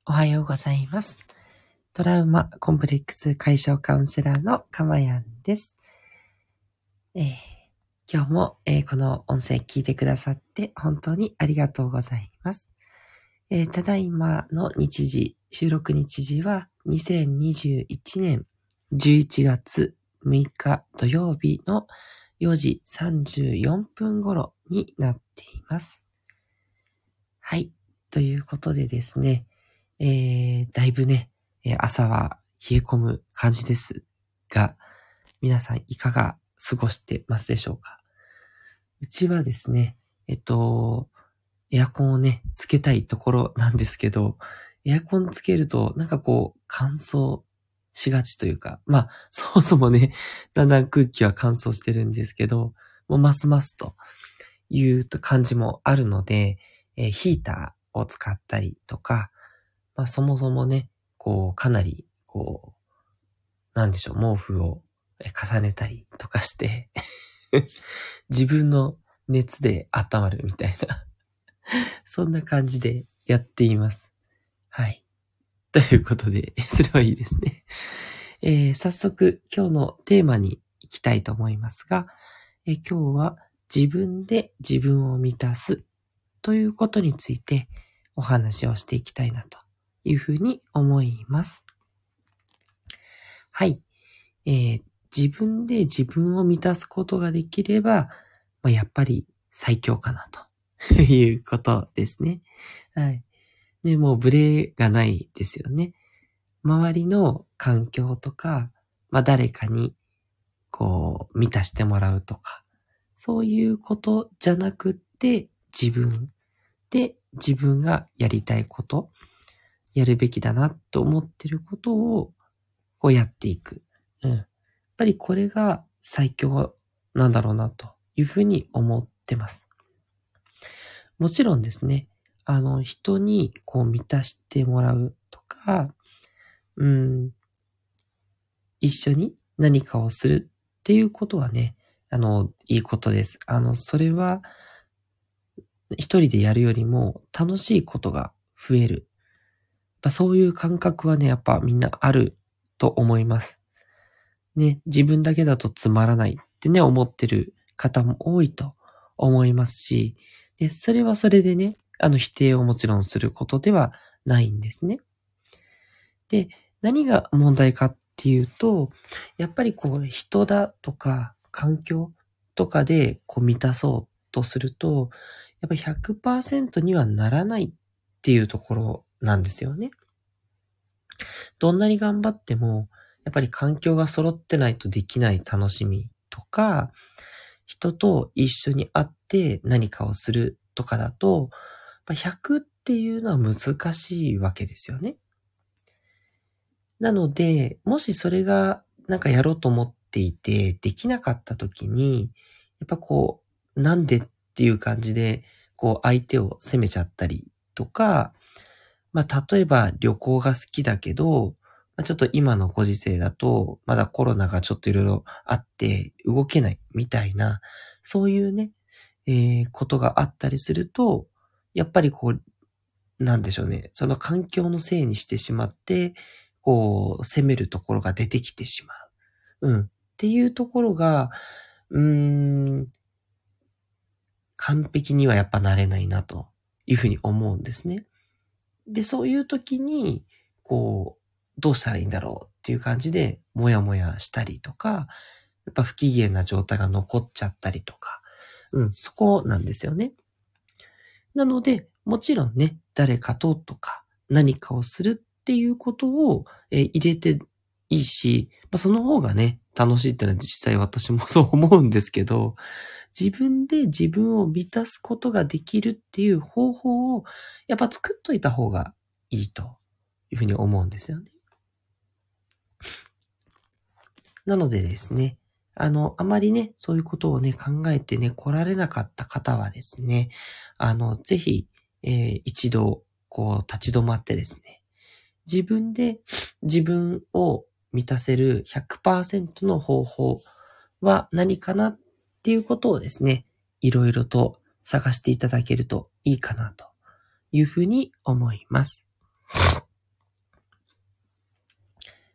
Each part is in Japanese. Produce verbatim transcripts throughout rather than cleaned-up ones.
おはようございます。トラウマコンプレックス解消カウンセラーのかまやんです。えー、今日も、えー、この音声聞いてくださって本当にありがとうございます。えー、ただいまの日時、収録日時はにせんにじゅういちねんじゅういちがつむいか土曜日のよじさんじゅうよんぷん頃になっています。はい。ということでですね、えー、だいぶね、朝は冷え込む感じですが、皆さんいかが過ごしてますでしょうか？うちはですね、えっと、エアコンをね、つけたいところなんですけど、エアコンつけるとなんかこう乾燥しがちというか、まあ、そもそもね、だんだん空気は乾燥してるんですけど、もうますますという感じもあるので、えーヒーターを使ったりとか、まあそもそもね、こうかなり、こう、なんでしょう、毛布を重ねたりとかして、自分の熱で温まるみたいな、そんな感じでやっています。はい。ということで、それはいいですね。えー、早速今日のテーマに行きたいと思いますが、えー今日は自分で自分を満たすということについてお話をしていきたいなというふうに思います。はい。えー自分で自分を満たすことができれば、まあ、やっぱり最強かなということですね。はい。で、もうブレがないですよね。周りの環境とか、まあ、誰かにこう満たしてもらうとか、そういうことじゃなくって自分で自分がやりたいこと、やるべきだなと思ってることをこうやっていく。うん。やっぱりこれが最強なんだろうなというふうに思ってます。もちろんですね、あの人にこう満たしてもらうとか、うん、一緒に何かをするっていうことはね、あの、いいことです。あの、それは一人でやるよりも楽しいことが増える。やっぱそういう感覚はね、やっぱみんなあると思います。ね、自分だけだとつまらないってね、思ってる方も多いと思いますし、で、それはそれでね、あの否定をもちろんすることではないんですね。で、何が問題かっていうと、やっぱりこう人だとか環境とかでこう満たそうとすると、やっぱり ひゃくパーセント にはならないっていうところなんですよね。どんなに頑張っても、やっぱり環境が揃ってないとできない楽しみとか、人と一緒に会って何かをするとかだと、ひゃくっていうのは難しいわけですよね。なので、もしそれがなんかやろうと思っていて、できなかった時に、やっぱこう、なんでっていう感じで、こう相手を責めちゃったりとか、まあ例えば旅行が好きだけど、まあ、ちょっと今のご時世だと、まだコロナがちょっといろいろあって動けないみたいな、そういうね、えーことがあったりすると、やっぱりこう、なんでしょうね。その環境のせいにしてしまって、こう、責めるところが出てきてしまう。うん。っていうところが、うーん、完璧にはやっぱなれないなというふうに思うんですね。で、そういう時に、こう、どうしたらいいんだろうっていう感じで、もやもやしたりとか、やっぱ不機嫌な状態が残っちゃったりとか、うん、そこなんですよね。なので、もちろんね、誰かととか何かをするっていうことを、えー入れていいし、まあ、その方がね、楽しいってのは実際私もそう思うんですけど、自分で自分を満たすことができるっていう方法をやっぱ作っといた方がいいというふうに思うんですよね。なのでですね、あの、あまりね、そういうことをね、考えてね、来られなかった方はですね、あの、ぜひ、えー一度、こう、立ち止まってですね、自分で自分を満たせる ひゃくパーセント の方法は何かなっていうことをですね、いろいろと探していただけるといいかなというふうに思います。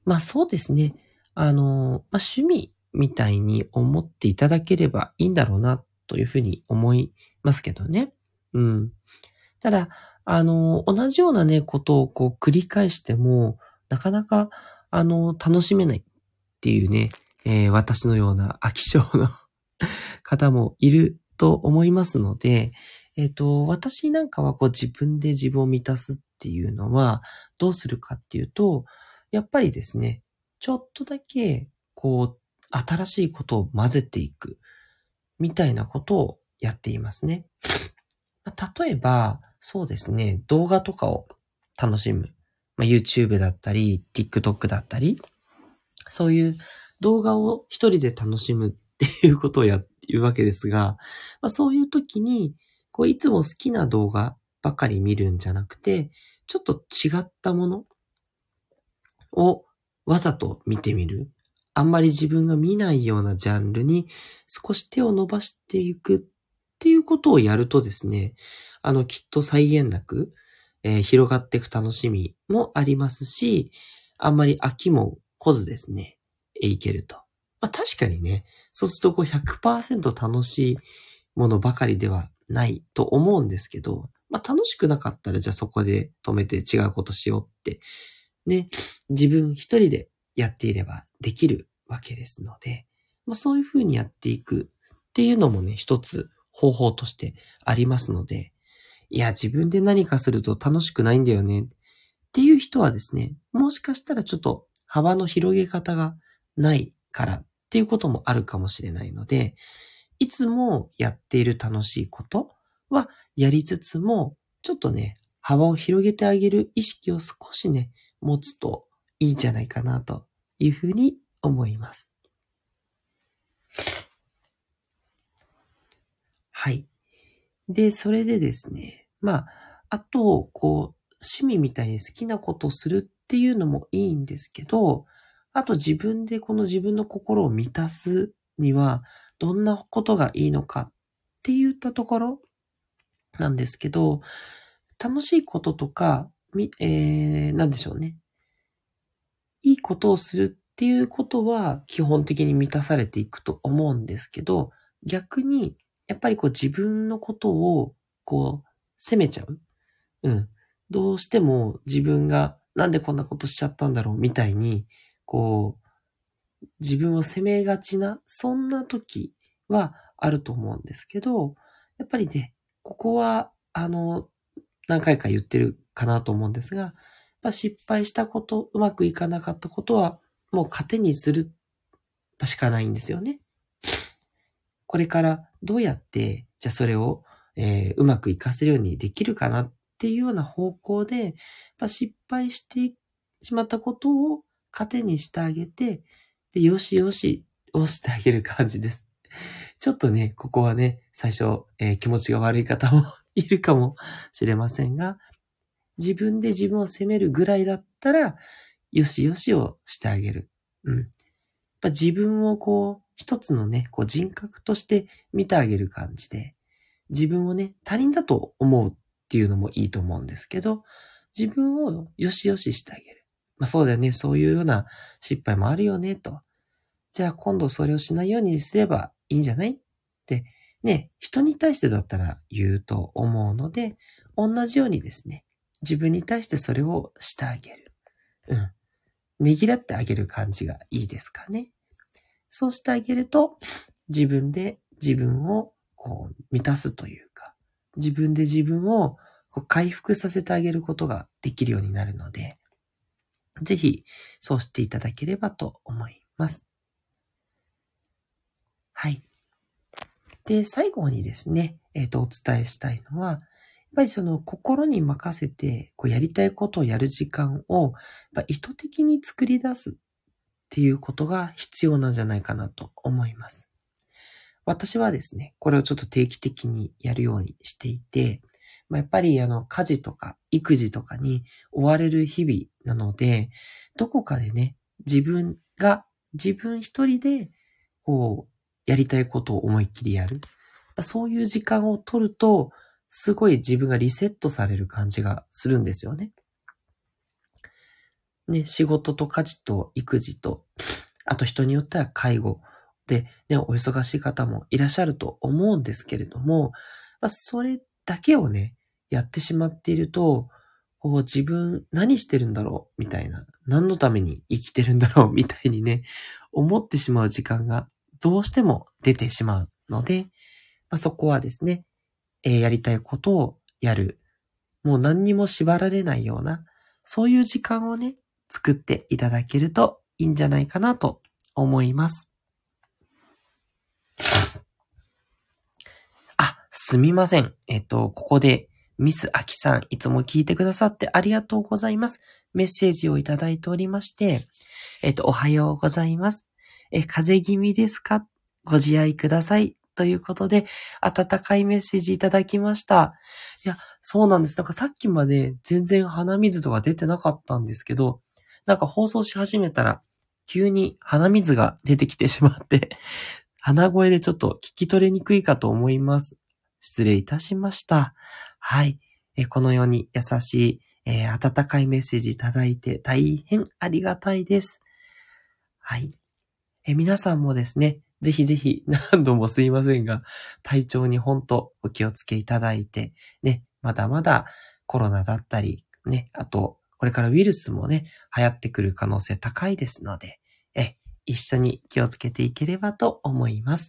まあそうですね。あの、まあ趣味みたいに思っていただければいいんだろうなというふうに思いますけどね。うん。ただ、あの、同じようなね、ことをこう繰り返しても、なかなか、あの、楽しめないっていうね、えー私のような飽き性の方もいると思いますので、えっと、私なんかはこう自分で自分を満たすっていうのは、どうするかっていうと、やっぱりですね、ちょっとだけ、こう、新しいことを混ぜていく、みたいなことをやっていますね。まあ例えば、そうですね、動画とかを楽しむ。まあ、YouTube だったり、TikTok だったり、そういう動画を一人で楽しむっていうことをやっているわけですが、まあ、そういう時に、こういつも好きな動画ばかり見るんじゃなくて、ちょっと違ったものをわざと見てみる。あんまり自分が見ないようなジャンルに少し手を伸ばしていくっていうことをやるとですね、あの、きっと際限なく、えー広がっていく楽しみもありますし、あんまり飽きも来ずですね、えいけると。まあ確かにね、そうするとこうひゃくパーセント楽しいものばかりではないと思うんですけど、まあ楽しくなかったらじゃあそこで止めて違うことしようってね、自分一人でやっていればできるわけですので、まあ、そういうふうにやっていくっていうのもね、一つ方法としてありますので、いや、自分で何かすると楽しくないんだよねっていう人はですね、もしかしたらちょっと幅の広げ方がないからっていうこともあるかもしれないので、いつもやっている楽しいことはやりつつも、ちょっとね、幅を広げてあげる意識を少しね、持つといいんじゃないかなというふうに思います。はい。で、それでですね、まあ、あと、こう、趣味みたいに好きなことをするっていうのもいいんですけど、あと自分でこの自分の心を満たすには、どんなことがいいのかって言ったところなんですけど、楽しいこととか、み、えー、なんでしょうね。いいことをするっていうことは基本的に満たされていくと思うんですけど、逆に、やっぱりこう自分のことを、こう、責めちゃう。うん。どうしても自分がなんでこんなことしちゃったんだろうみたいに、こう、自分を責めがちな、そんな時はあると思うんですけど、やっぱりね、ここは、あの、何回か言ってるかなと思うんですが、やっぱ失敗したこと、うまくいかなかったことは、もう糧にするしかないんですよね。これからどうやって、じゃあそれを、えーうまくいかせるようにできるかなっていうような方向で、やっぱ失敗してしまったことを糧にしてあげて、で、よしよしをしてあげる感じです。ちょっとね、ここはね、最初、えー気持ちが悪い方もいるかもしれませんが、自分で自分を責めるぐらいだったら、よしよしをしてあげる。うん。やっぱ自分をこう、一つのね、こう人格として見てあげる感じで、自分をね、他人だと思うっていうのもいいと思うんですけど、自分をよしよししてあげる。まあそうだよね、そういうような失敗もあるよね、と。じゃあ今度それをしないようにすればいいんじゃないって、ね、人に対してだったら言うと思うので、同じようにですね、自分に対してそれをしてあげる。うん。ねぎらってあげる感じがいいですかね。そうしてあげると、自分で自分をこう満たすというか、自分で自分をこう回復させてあげることができるようになるので、ぜひそうしていただければと思います。はい。で、最後にですね、えっと、お伝えしたいのは、やっぱりその心に任せてこうやりたいことをやる時間をやっぱ意図的に作り出すっていうことが必要なんじゃないかなと思います。私はですね、これをちょっと定期的にやるようにしていて、まあ、やっぱりあの家事とか育児とかに追われる日々なので、どこかでね、自分が自分一人でこうやりたいことを思いっきりやる。そういう時間を取ると、すごい自分がリセットされる感じがするんですよね。 ね、仕事と家事と育児と、あと人によっては介護で、ね、お忙しい方もいらっしゃると思うんですけれども、まあ、それだけをね、やってしまっていると、こう自分何してるんだろうみたいな、何のために生きてるんだろうみたいにね、思ってしまう時間がどうしても出てしまうので、まあ、そこはですね、えーやりたいことをやる。もう何にも縛られないような、そういう時間をね、作っていただけるといいんじゃないかなと思います。あ、すみません。えっと、ここでミスアキさん、いつも聞いてくださってありがとうございます。メッセージをいただいておりまして、えっと、おはようございます。え、風邪気味ですか？ご自愛ください。ということで、温かいメッセージいただきました。いや、そうなんです。なんかさっきまで全然鼻水とか出てなかったんですけど、なんか放送し始めたら、急に鼻水が出てきてしまって、鼻声でちょっと聞き取れにくいかと思います。失礼いたしました。はい。えこのように優しい、えー温かいメッセージいただいて大変ありがたいです。はい。え皆さんもですね、ぜひぜひ何度もすいませんが、体調に本当お気をつけいただいて、ね、まだまだコロナだったり、ね、あと、これからウイルスもね、流行ってくる可能性高いですので、え、一緒に気をつけていければと思います。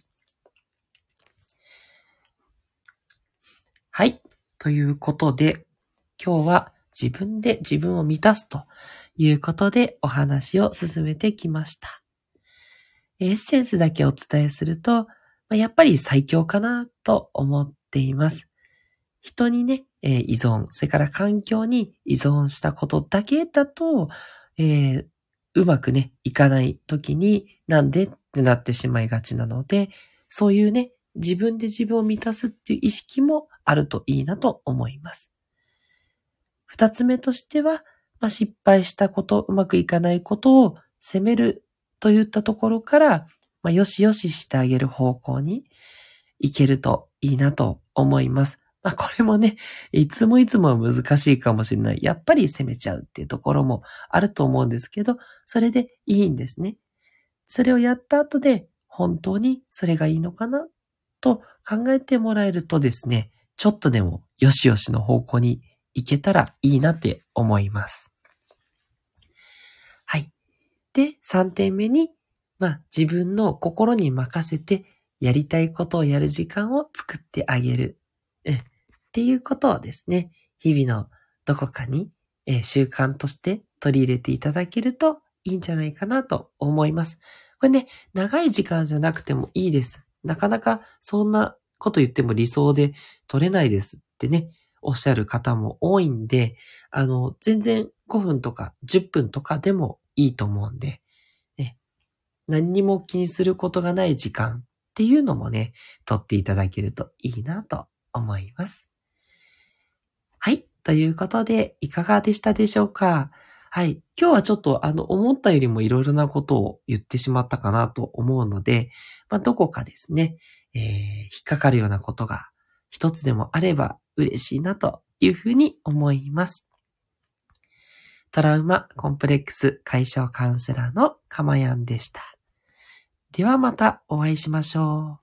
はい。ということで、今日は自分で自分を満たすということでお話を進めてきました。エッセンスだけお伝えすると、やっぱり最強かなと思っています。人にね、えー依存、それから環境に依存したことだけだと、えーうまくね、いかない時になんでってなってしまいがちなので、そういうね、自分で自分を満たすっていう意識もあるといいなと思います。二つ目としては、まあ、失敗したこと、うまくいかないことを責めるといったところから、まあ、よしよししてあげる方向に行けるといいなと思います。まあ、これもね、いつもいつもは難しいかもしれない。やっぱり責めちゃうっていうところもあると思うんですけど、それでいいんですね。それをやった後で、本当にそれがいいのかなと考えてもらえるとですね、ちょっとでもよしよしの方向に行けたらいいなって思います。はい。で、さんてんめに、まあ自分の心に任せてやりたいことをやる時間を作ってあげる。うん。っていうことをですね、日々のどこかに、えー習慣として取り入れていただけるといいんじゃないかなと思います。これね、長い時間じゃなくてもいいです。なかなかそんなこと言っても理想で取れないですってね、おっしゃる方も多いんで、あの、全然ごふんとかじゅっぷんとかでもいいと思うんで、ね、何にも気にすることがない時間っていうのもね、取っていただけるといいなと思います。はい。ということで、いかがでしたでしょうか？はい。今日はちょっと、あの、思ったよりもいろいろなことを言ってしまったかなと思うので、まあ、どこかですね、えー、引っかかるようなことが一つでもあれば嬉しいなというふうに思います。トラウマコンプレックス解消カウンセラーのかまやんでした。ではまたお会いしましょう。